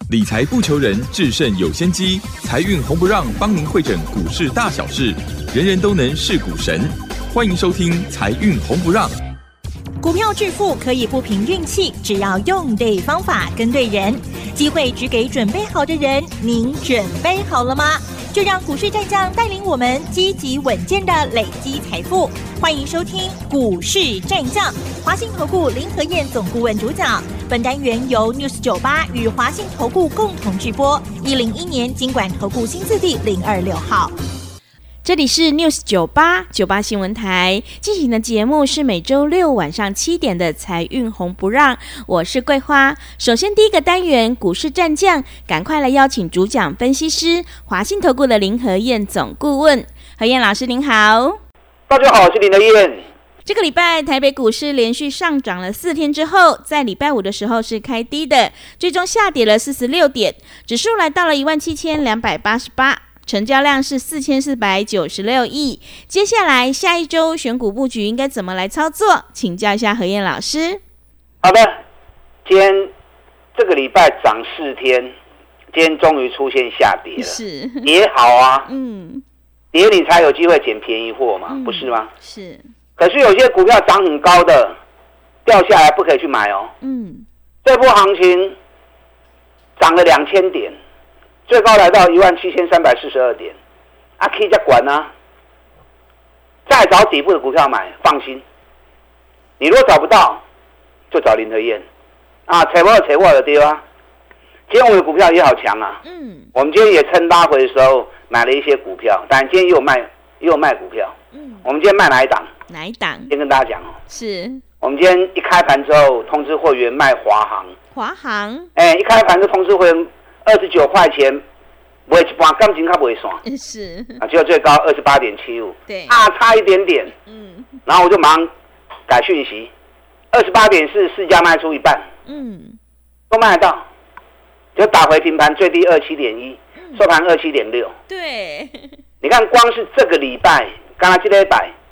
理财不求人，制胜有先机。财运红不让，帮您会诊股市大小事，人人都能是股神。欢迎收听《财运红不让》。 股票致富可以不凭运气，只要用对方法，跟对人。机会只给准备好的人，您准备好了吗？就让股市战将带领我们积极稳健的累积财富。欢迎收听股市战将，华信投顾林和彥总顾问主讲。本单元由 News 98与华信投顾共同制播，101年金管投顾新字第026号。 这里是 News 98新闻台进行的节目是每周六晚上7点的财运红不让，我是桂花。首先第一个单元股市战将，赶快来邀请主讲分析师华信投顾的林和彥总顾问。和彥老师您好。 大家好，我是林和彥。 这个礼拜台北股市连续上涨了4天之后，在礼拜五的时候是开低的，最终下跌了46点，指数来到了17288，成交量是4496亿。接下来下一周选股布局应该怎么来操作？请教一下和彥老师。 好的，今天这个礼拜涨4天，今天终于出现下跌了， 是也好啊，跌你才有机会捡便宜货嘛，不是吗？ 是。可是有些股票涨很高的，掉下来不可以去买哦。这波行情涨了2000点。最高来到17342点，可以再管啊，再找底部的股票买，放心。你如果找不到，就找林和彥找我的对啊。今天我们的股票也好强啊，我们今天也趁拉回的时候买了一些股票，但今天也有卖股票。我们今天卖哪一档？先跟大家讲哦。 是。 我们今天一开盘之后通知会员卖华航。一开盘就通知会员。29块钱，卖一半感情较袂散， 是结果最高28.75， 对差一点点，然后我就马上改讯息，28.4市价卖出一半，都卖得到，就打回平盘最低27.1，收盘27.6， 对， 你看光是这个礼拜，刚才这个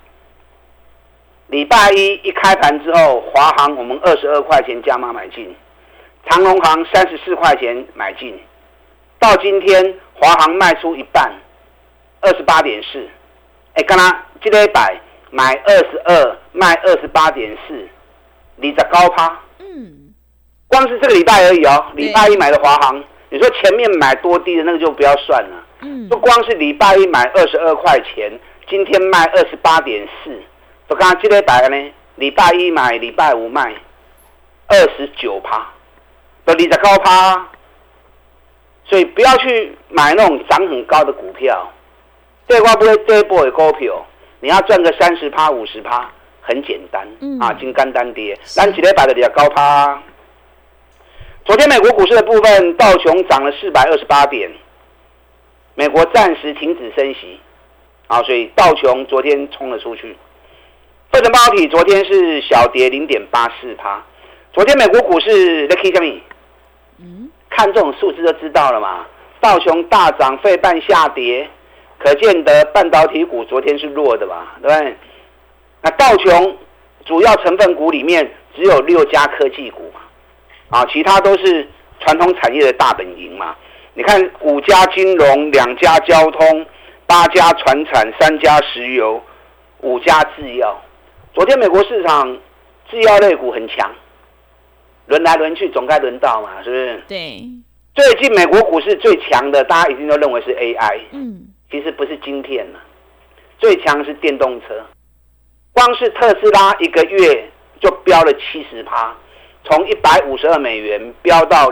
礼拜一开盘之后，华航我们22块钱加码买进。长荣航34块钱买进，到今天华航卖出一半，28.4。刚才这个100买22，卖28.4，20%。光是这个礼拜而已哦。礼拜一买的华航，你说前面买多低的那个就不要算了。就光是礼拜一买22块钱，今天卖28.4，就刚才这个100呢，礼拜一买，礼拜五卖29%。都20%，所以不要去买那种涨很高的股票。对，我不会这一波的股票，你要赚个30%、50%，很简单真简单跌。咱一礼拜就20%。昨天美国股市的部分，道琼涨了428点，美国暂时停止升息，所以道琼昨天冲了出去。费城半导体昨天是小跌0.84%。昨天美国股市在 K 什么？看这种数字就知道了嘛。道琼大涨，费半下跌，可见得半导体股昨天是弱的吧？对不对？那道琼主要成分股里面只有6家科技股嘛，其他都是传统产业的大本营嘛。你看5家金融，2家交通，8家传产，3家石油，5家制药。昨天美国市场制药类股很强。轮来轮去总该轮到嘛，是不是？ 对。 最近美国股市最强的，大家一定都认为是 AI。其实不是晶片了，最强是电动车。光是特斯拉一个月就飙了70%，从152美元飙到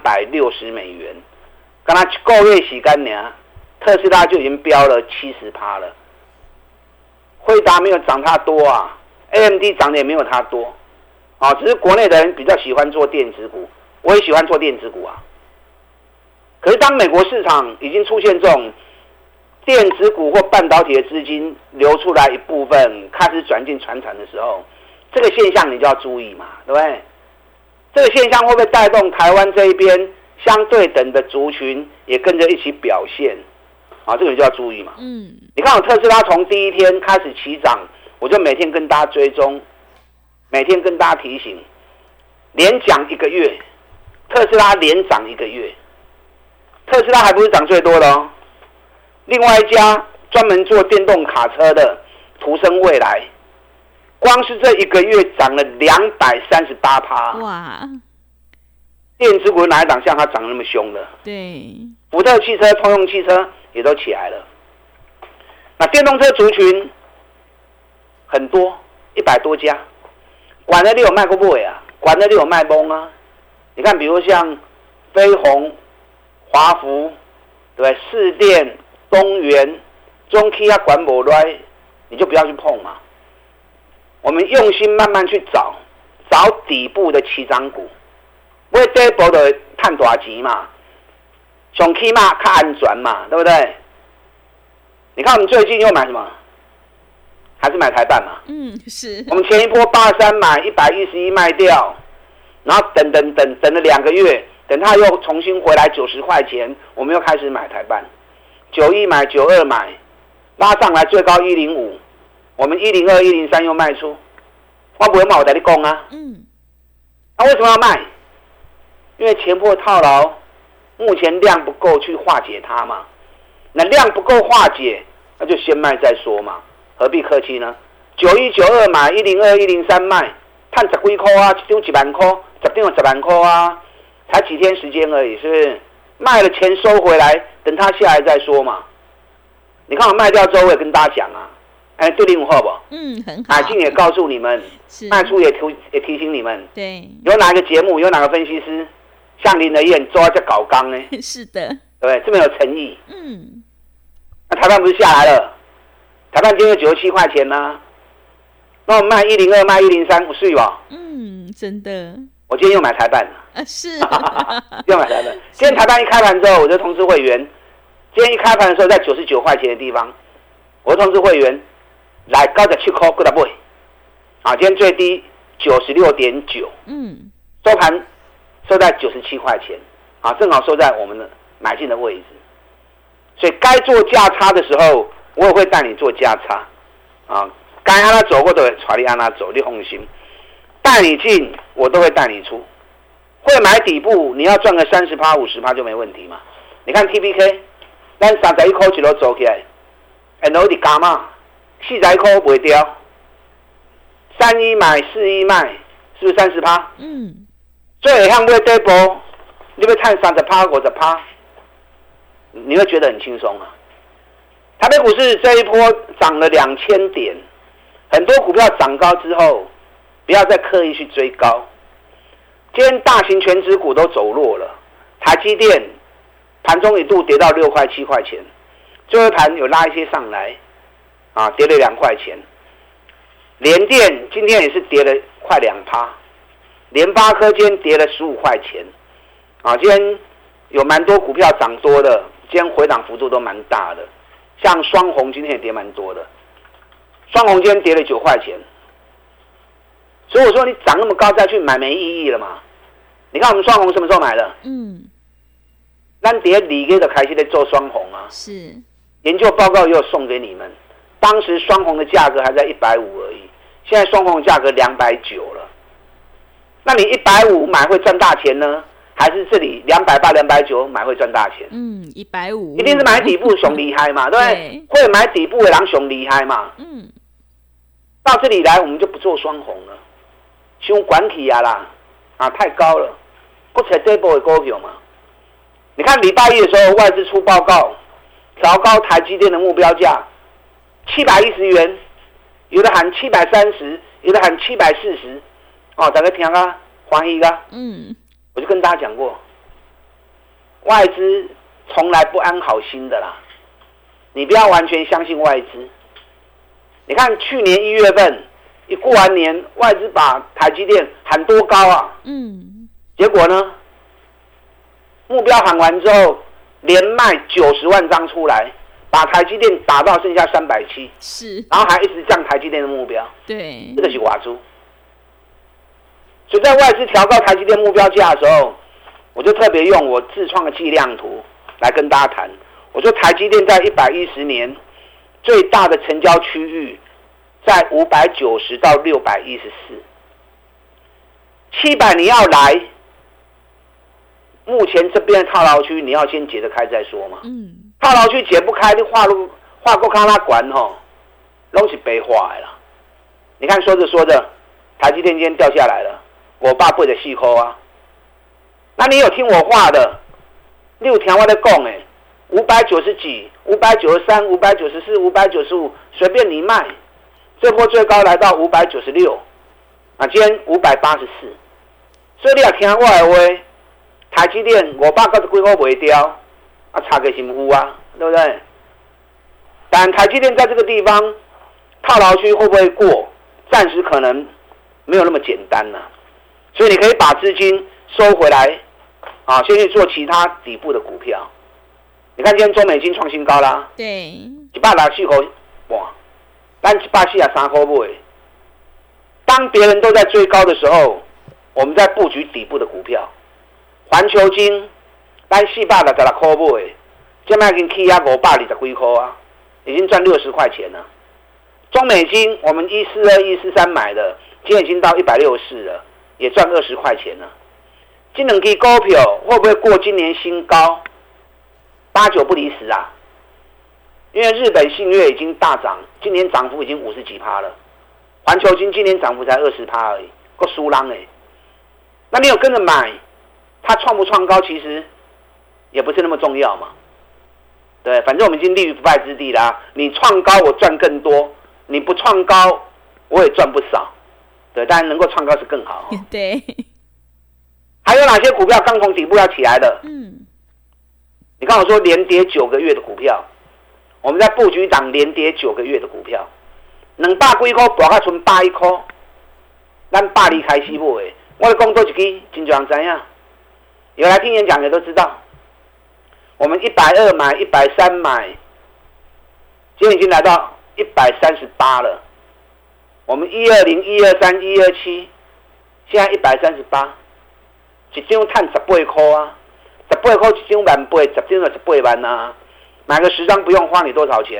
260美元。刚才1个月时间呢，特斯拉就已经飙了70%了。辉达没有涨它多啊 ，AMD 涨的也没有它多。只是国内的人比较喜欢做电子股，我也喜欢做电子股啊。可是当美国市场已经出现这种电子股或半导体的资金流出来一部分，开始转进传产的时候，这个现象你就要注意嘛，对不对？这个现象会不会带动台湾这一边相对等的族群也跟着一起表现？这个你就要注意嘛。你看我特斯拉从第一天开始起涨，我就每天跟大家追踪。每天跟大家提醒，连涨1个月，特斯拉连涨1个月， 特斯拉还不是涨最多的哦。另外一家专门做电动卡车的途胜未来，光是这一个月涨了238%。 哇！ 电子股哪一档像它涨得那么凶的？ 对， 福特汽车、通用汽车也都起来了。那电动车族群很多，100多家，管了你有卖过不啊？管了你有卖崩啊？你看，比如像飞鸿、华孚，对不对？士电、东元、中期啊，管不来，你就不要去碰嘛。我们用心慢慢去找底部的起涨股，买底部的赚大钱嘛，上起码较安全嘛，对不对？你看我们最近又买什么？还是买台办嘛？ 是。 我们前一波83买111卖掉，然后等了2个月，等它又重新回来90块钱，我们又开始买台办，91买92买，拉上来最高105，我们102、103又卖出，我不会卖，我跟你讲啊。为什么要卖？因为前波套牢，目前量不够去化解它嘛。那量不够化解，那就先卖再说嘛，何必客气呢？91、92买，102、103卖，赚10几块啊，一张1万块，10张10万块啊，才几天时间而已，是不是？卖了钱收回来，等它下来再说嘛。你看我卖掉之后，我也跟大家讲啊，对你有好不？ 很好。 买进也告诉你们，卖出也提醒你们。 对。 有哪个节目，有哪个分析师像林德燕做这搞纲呢？ 是的。 对不对？这么有诚意。那台办不是下来了？台办今天97块钱呢，那我卖102卖103，不是吧？ 真的。 我今天又买台办了。 是。 又买台办。今天台办一开盘之后，我就通知会员，今天一开盘的时候在99块钱的地方，我就通知会员来97块过来买。今天最低96.9，收盘收在97块钱，正好收在我们的买进的位置。所以该做价差的时候，我也会带你做价差，该按他走，我都会传你按他走，你放心。带你进，我都会带你出。会买底部，你要赚个30%、50%就没问题嘛。你看 TPK， 咱31块一路走起来，然后你加码，41块不会掉，31买41卖，是不是30%？所以像买底部，你要赚30%、50%。你会觉得很轻松啊！台北股市这一波涨了2000点，很多股票涨高之后，不要再刻意去追高。今天大型全指股都走弱了，台积电盘中一度跌到6块7块钱，最后一盘有拉一些上来，跌了2块钱。联电今天也是跌了快2%，联发科今天跌了15块钱，今天有蛮多股票涨多的。今天回档幅度都蛮大的，像双红今天也跌蛮多的，双红今天跌了9块钱，所以我说你涨那么高再去买没意义了嘛。你看我们双红什么时候买的？咱跌里个就开始在做双红啊， 是研究报告也有送给你们，当时双红的价格还在150而已，现在双红的价格290了，那你150买会赚大钱呢？还是这里280、290买会赚大钱 ？150， 一定是买底部熊厉害嘛，对不对？会买底部的人熊厉害嘛。到这里来我们就不做双红了，伤管起啊啦，太高了，不才这波的股票嘛。你看礼拜一的时候，外资出报告，调高台积电的目标价710元，有的喊730，有的喊740，大家听啊，欢喜啊。我就跟大家讲过，外资从来不安好心的啦，你不要完全相信外资。你看去年1月份一过完年，外资把台积电喊多高啊？结果呢，目标喊完之后，连卖90万张出来，把台积电打到剩下370， 是， 然后还一直降台积电的目标， 对， 这个是挖猪。所以在外资调高台积电目标价的时候，我就特别用我自创的计量图来跟大家谈。我说台积电在110年最大的成交区域在590到614，700你要来， 目前这边的套牢区你要先解得开再说嘛。套牢区解不开，你画过看它管吼，都是白画的啦。你看说着，台积电今天掉下来了，584块啊。那你有听我话的，你有听我在讲诶，590几、593、594、595，随便你卖。这波最高来到596，啊，今天584。所以你也听我的话，台积电590几块卖掉，啊，差个什么有啊，对不对？但台积电在这个地方套牢区会不会过？暂时可能没有那么简单了，所以你可以把资金收回来，啊，先去做其他底部的股票。你看今天中美金创新高啦， 对 ，164块，哇，咱143块买。当别人都在追高的时候，我们在布局底部的股票。环球金，咱466块买，现在已经起啊520几块啊，已经赚60块钱了。中美金我们142、143买的，今天已经到164了，也赚20块钱了。这两支股票会不会过今年新高？8、9不离10啊！因为日本信越已经大涨，今年涨幅已经50几%了。环球金今年涨幅才20%而已，够输浪哎。那你有跟着买，它创不创高其实也不是那么重要嘛。对，反正我们已经立于不败之地啦。你创高我赚更多。你不创高，我也赚不少，对，当然能够创高是更好。 对， 还有哪些股票刚从底部要起来的？你看我说连跌9个月的股票，我们在布局档连跌9个月的股票，200几块跌到剩101块，咱102开始买的。我讲多一支，真多人知影，有来听演讲的都知道。我们120买，130买，今天已经来到138了，我们120、123、127，现在138，一张赚18块啊，18块一张18000，10张就18万啊，买个10张不用花你多少钱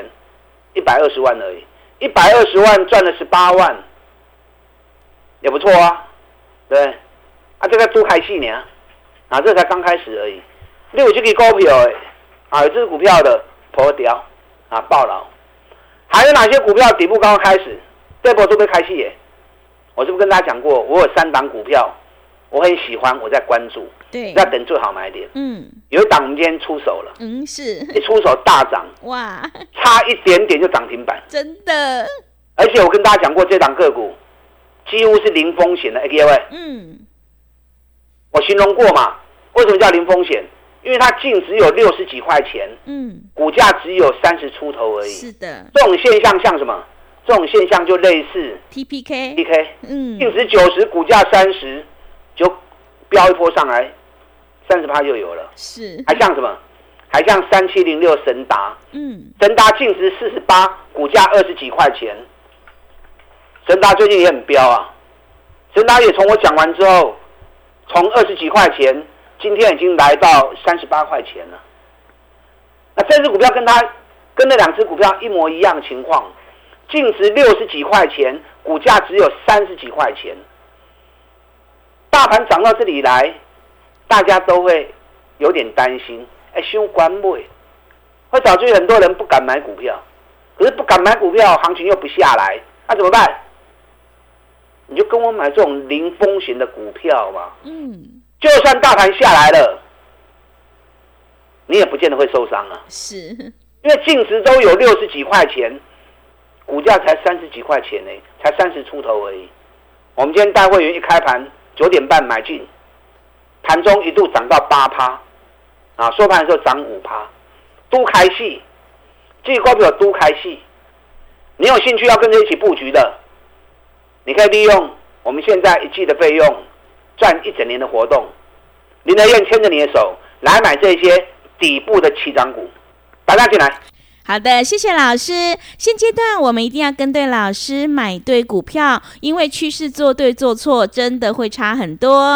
，120万而已，120万赚了18万，也不错啊，对，啊这个都开始呢，啊这才刚开始而已，你有这个股票的，啊有这个股票的破掉，啊爆牢。还有哪些股票底部刚刚开始，这波都被开戏耶？我是不是跟大家讲过，我有3档股票，我很喜欢，我在关注， 对， 要等最好买点。有一档我们今天出手了， 是一出手大涨， 哇， 差一点点就涨停板， 真的。 而且我跟大家讲过，这档个股几乎是零风险的，各位，我形容过嘛？为什么叫零风险？因为它净只有60几块钱，股价只有30出头而已。 是的， 这种现象像什么？这种现象就类似 TPK， 净值90，股价30，就飙一波上来，30%就有了。 是， 还像什么？还像3706神达，神达净值48，股价20几块钱。神达最近也很飙啊，神达也从我讲完之后，从20几块钱。今天已经来到38块钱了。那这支股票跟那2只股票一模一样的情况，净值60几块钱，股价只有30几块钱。大盘涨到这里来，大家都会有点担心，伤关买，会导致很多人不敢买股票。可是不敢买股票，行情又不下来，那怎么办？你就跟我买这种零风险的股票嘛。就算大盘下来了，你也不见得会受伤啊。是，因为净值都有60几块钱，股价才30几块钱呢，才30出头而已。我们今天带会员一开盘9点半买进，盘中一度涨到8%，啊，收盘的时候涨5%，都开戏，这个股票都开戏。你有兴趣要跟着一起布局的，你可以利用我们现在1季的费用。赚1整年的活动，林德燕牵着你的手来买这些底部的起涨股，大家进来。 好的，谢谢老师。现阶段我们一定要跟对老师，买对股票，因为趋势做对做错真的会差很多。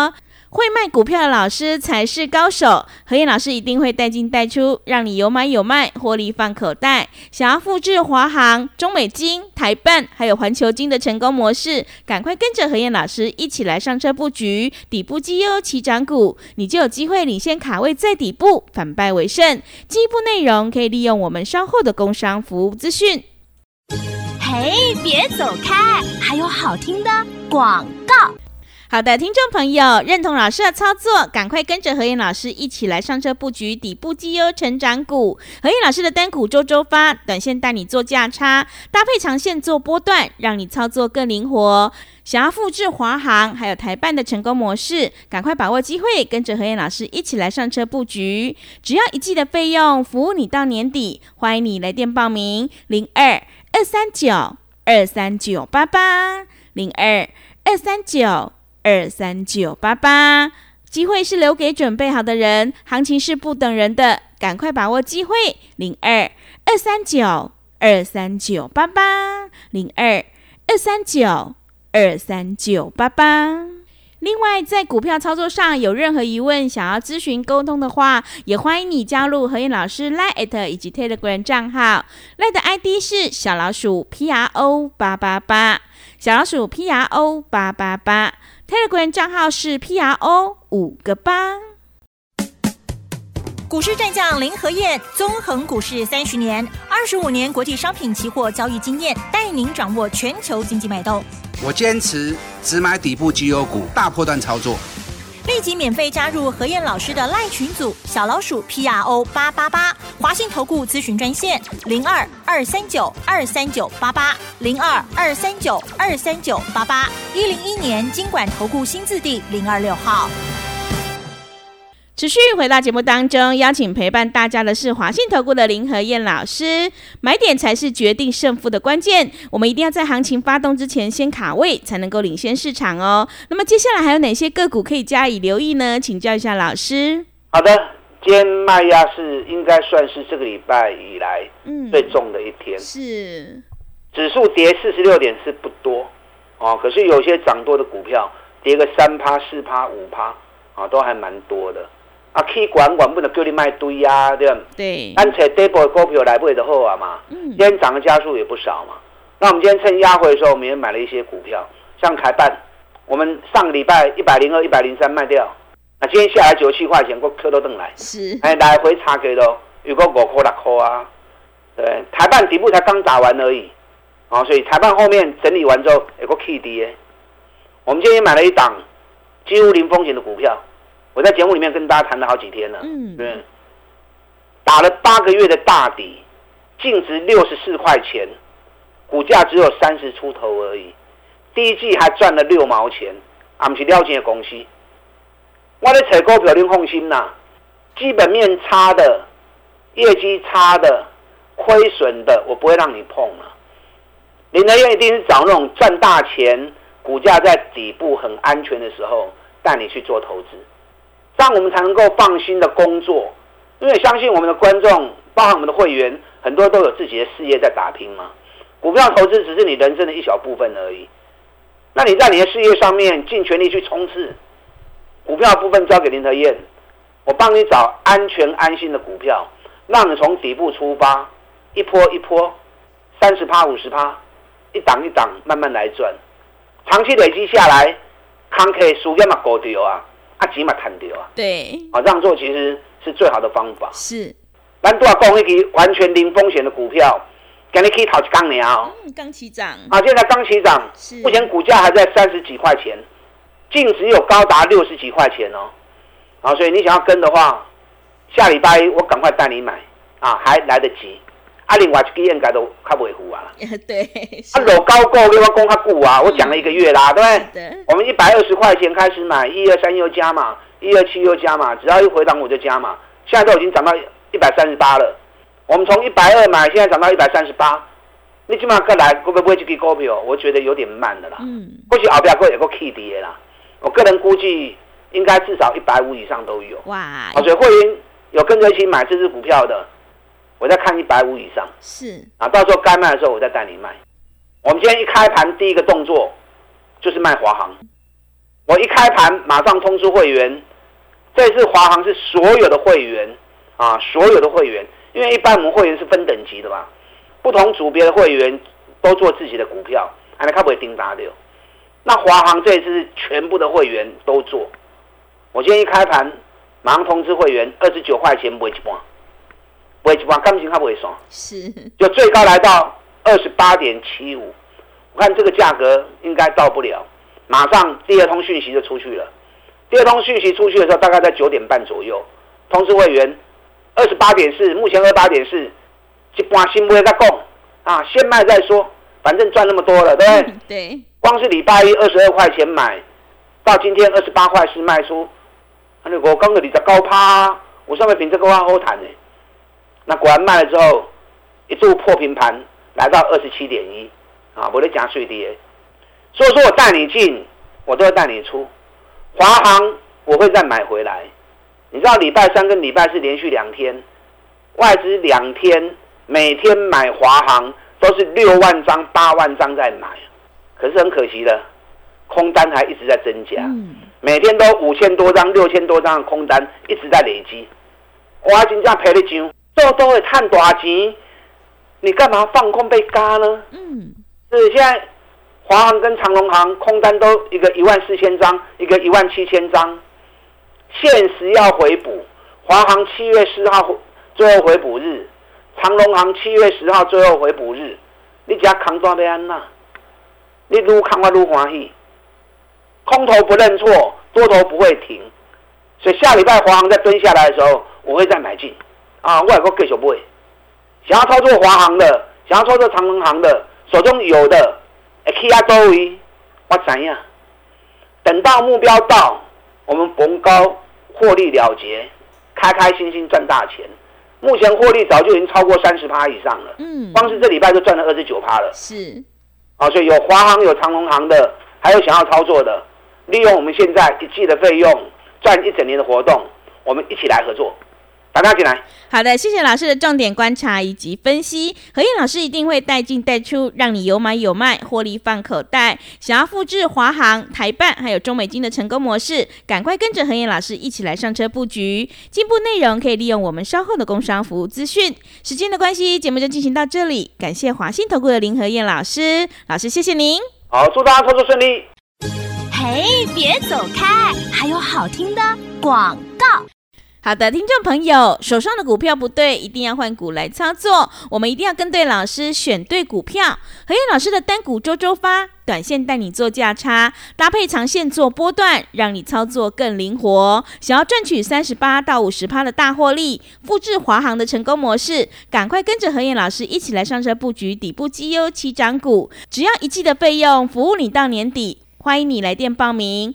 会卖股票的老师才是高手，和彦老师一定会带进带出，让你有买有卖，获利放口袋。想要复制华航、中美金、台办还有环球金的成功模式，赶快跟着和彦老师一起来上车布局底部绩优起涨股，你就有机会领先卡位在底部，反败为胜。进一步内容可以利用我们稍后的工商服务资讯。 嘿，别走开，还有好听的广告。 好的，听众朋友，认同老师的操作，赶快跟着和彦老师一起来上车布局底部绩优成长股。和彦老师的单股周周发，短线带你做价差，搭配长线做波段，让你操作更灵活。想要复制华航还有台办的成功模式，赶快把握机会，跟着和彦老师一起来上车布局。只要1季的费用，服务你到年底。欢迎你来电报名02-239-23988，02-239-23988。机会是留给准备好的人，行情是不等人的，赶快把握机会。02-239-23988，02-239-23988。另外，在股票操作上有任何疑问，想要咨询沟通的话，也欢迎你加入和彦老师 LINE@ 以及 Telegram 账号。LINE 的 ID 是小老鼠 PRO888， 小老鼠 PRO888。Telegram 账号是 PRO5个8。 股市战将林和彦，纵横股市30年，25年国际商品期货交易经验，带您掌握全球经济脉动。 我坚持只买底部绩优股，大波段操作。 立即免费加入和彦老师的赖群组，小老鼠 PRO888，华信投顾咨询专线02-239-23988，02-239-23988，101年金管投顾新字第026号。 持续回到节目当中，邀请陪伴大家的是华信投顾的林和彦老师。买点才是决定胜负的关键，我们一定要在行情发动之前先卡位，才能够领先市场哦。那么接下来还有哪些个股可以加以留意呢？请教一下老师。 好的，今天卖压是应该算是这个礼拜以来最重的一天。 是， 指数跌46点是不多哦，可是有些涨多的股票跌个3%、4%、5%啊，都还蛮多的。啊，去管不能叫你卖堆啊，对吧？ 对， 咱找底部的股票来买就好啊嘛。今天涨的家数也不少嘛。那我们今天趁压回的时候，我们也买了一些股票，像台办，我们上个礼拜102、103卖掉，那今天下来97块钱，我扣都回来。 是， 来回差给咯，有个5块6块啊。对，台办底部才刚打完而已，啊，所以台办后面整理完之后，有个 K D A。我们今天也买了一档几乎零风险的股票。我在节目里面跟大家谈了好几天了，对，打了8个月的大底，净值64块钱，股价只有30出头而已，第一季还赚了6毛钱，啊，不是了钱的公司。我在采股票您放心啦，基本面差的、业绩差的、亏损的，我不会让你碰了。林和彦一定是找那种赚大钱、股价在底部很安全的时候，带你去做投资。这样我们才能够放心的工作，因为相信我们的观众，包含我们的会员，很多都有自己的事业在打拼嘛。股票投资只是你人生的一小部分而已。那你在你的事业上面尽全力去冲刺，股票部分交给林和彦，我帮你找安全安心的股票，让你从底部出发，一波一波，30%、50%，一档一档慢慢来赚，长期累积下来，康可以输也嘛高掉啊。钱嘛赚到啊！ 对， 这样做其实是最好的方法。 是， 咱都要讲一支完全零风险的股票，今天可以讨一刚年哦。 刚起涨啊，现在刚起涨，目前股价还在30几块钱，净值有高达60几块钱哦。啊，所以你想要跟的话，下礼拜我赶快带你买啊，还来得及。啊，另外一支应该都较袂付啊。 对。 啊，老高股我讲较久啊，我讲了1个月啦，对不对？我们120块钱开始买，123又加码，127又加码，只要一回档我就加码。现在都已经涨到138了。我们从120买，现在涨到138。你今晚再来，会不会这支股票？我觉得有点慢的啦。或许后边还有个 K D 的啦。我个人估计应该至少150以上都有。哇！所以会员有跟着一起买这支股票的。我在看150以上， 是啊，到时候该卖的时候我再带你卖。我们今天一开盘第一个动作就是卖华航。 我一开盘马上通知会员，这次华航是所有的会员啊，所有的会员，因为一般我们会员是分等级的嘛，不同组别的会员都做自己的股票，还能看不会盯打的。那华航这一次是全部的会员都做，我今天一开盘马上通知会员，29块钱买一半，买一半感情还不会算， 是， 就最高来到28.75，我看这个价格应该到不了，马上第二通讯息就出去了。第二通讯息出去的时候，大概在9点半左右，通知会员28.4，目前28.4，一半先不会再讲啊，先卖再说，反正赚那么多了，对不对？ 对。 光是礼拜一22块钱买，到今天28块4卖出，那我刚个29%，我上面凭这个话好谈呢。那果然卖了之后，一度破平盘，来到27.1，啊，我在讲税低，所以说我带你进，我都会带你出。华航我会再买回来，你知道礼拜3跟礼拜4连续2天，外资2天每天买华航都是6万张、8万张在买。可是很可惜的，空单还一直在增加，每天都5000多张、6000多张的空单一直在累积。我真正赔了钱，都会赚大钱，你干嘛放空被嘎呢？所以现在华航跟长荣航空单都一个14000张，一个17000张，限时要回补。华航7月4号最后回补日，长荣航7月10号最后回补日，你只要扛抓要安那？你愈看我愈欢喜，空头不认错，多头不会停，所以下礼拜华航再蹲下来的时候，我会再买进啊，我还会继续买。想要操作华航的，想要操作长荣航的，手中有的，去啊多位，我知影。等到目标到，我们逢高获利了结，开开心心赚大钱。目前获利早就已经超过30%以上了，光是这礼拜就赚了29%了。 是。 所以有华航、有长荣航的，还有想要操作的，利用我们现在1季的费用赚1整年的活动，我们一起来合作。打电话进来。 好的，谢谢老师的重点观察以及分析。和燕老师一定会带进带出，让你有买有卖，获利放口袋。想要复制华航、台办还有中美金的成功模式，赶快跟着和燕老师一起来上车布局。进步内容可以利用我们稍后的工商服务资讯。时间的关系，节目就进行到这里。感谢华信投顾的林和燕老师，老师谢谢您。 好，祝大家操作顺利。 嘿，别走开，还有好听的广告。 好的，听众朋友，手上的股票不对，一定要换股来操作。我们一定要跟对老师，选对股票。和燕老师的单股周周发，短线带你做价差，搭配长线做波段，让你操作更灵活。想要赚取38%到50%的大获利，复制华航的成功模式，赶快跟着和燕老师一起来上车布局底部绩优起涨股，只要1季的费用，服务你到年底。欢迎你来电报名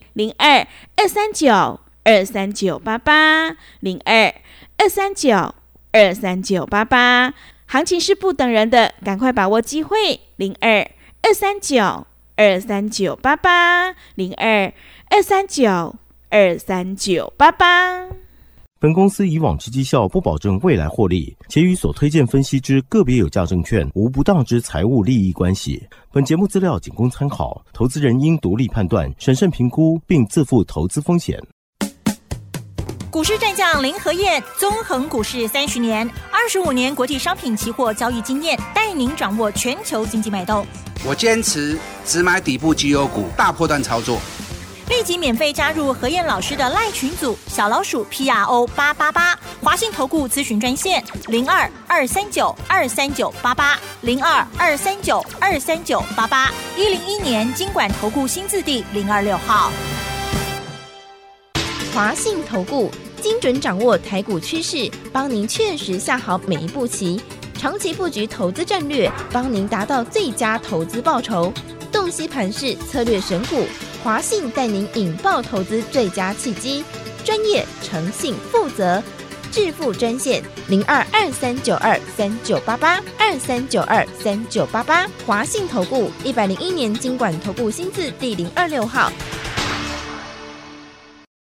02-239-23988，02-239-23988，行情是不等人的，赶快把握机会，02-239-23988，02-239-23988。 本公司以往之绩效不保证未来获利，且与所推荐分析之个别有价证券无不当之财务利益关系。本节目资料仅供参考，投资人应独立判断、审慎评估，并自负投资风险。 股市战将林和燕，纵横股市30年，25年国际商品期货交易经验，带您掌握全球经济脉动。 我坚持只买底部绩优股，大波段操作。 立即免费加入和燕老师的LINE群组，小老鼠 PRO888，华信投顾咨询专线02-239-23988，02-239-23988，101年金管投顾新字第026号。 华信投顾精准掌握台股趋势，帮您确实下好每一步棋，长期布局投资战略，帮您达到最佳投资报酬。洞悉盘势，策略选股，华信带您引爆投资最佳契机，专业、诚信、负责，致富专线02-2392-3988，2392-3988，华信投顾101年金管投顾新字第026号。